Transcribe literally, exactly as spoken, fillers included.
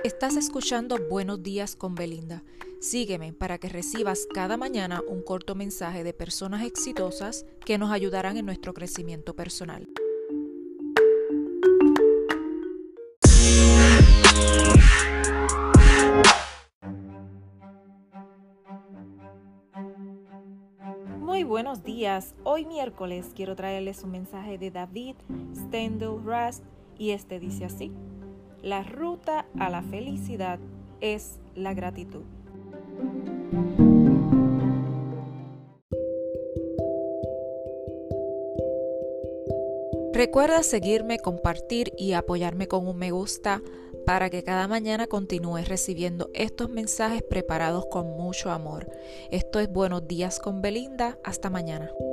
Estás escuchando Buenos Días con Belinda. Sígueme para que recibas cada mañana un corto mensaje de personas exitosas que nos ayudarán en nuestro crecimiento personal. Muy buenos días. Hoy miércoles quiero traerles un mensaje de David Steindl-Rast y este dice así: la ruta a la felicidad es la gratitud. Recuerda seguirme, compartir y apoyarme con un me gusta para que cada mañana continúes recibiendo estos mensajes preparados con mucho amor. Esto es Buenos Días con Belinda. Hasta mañana.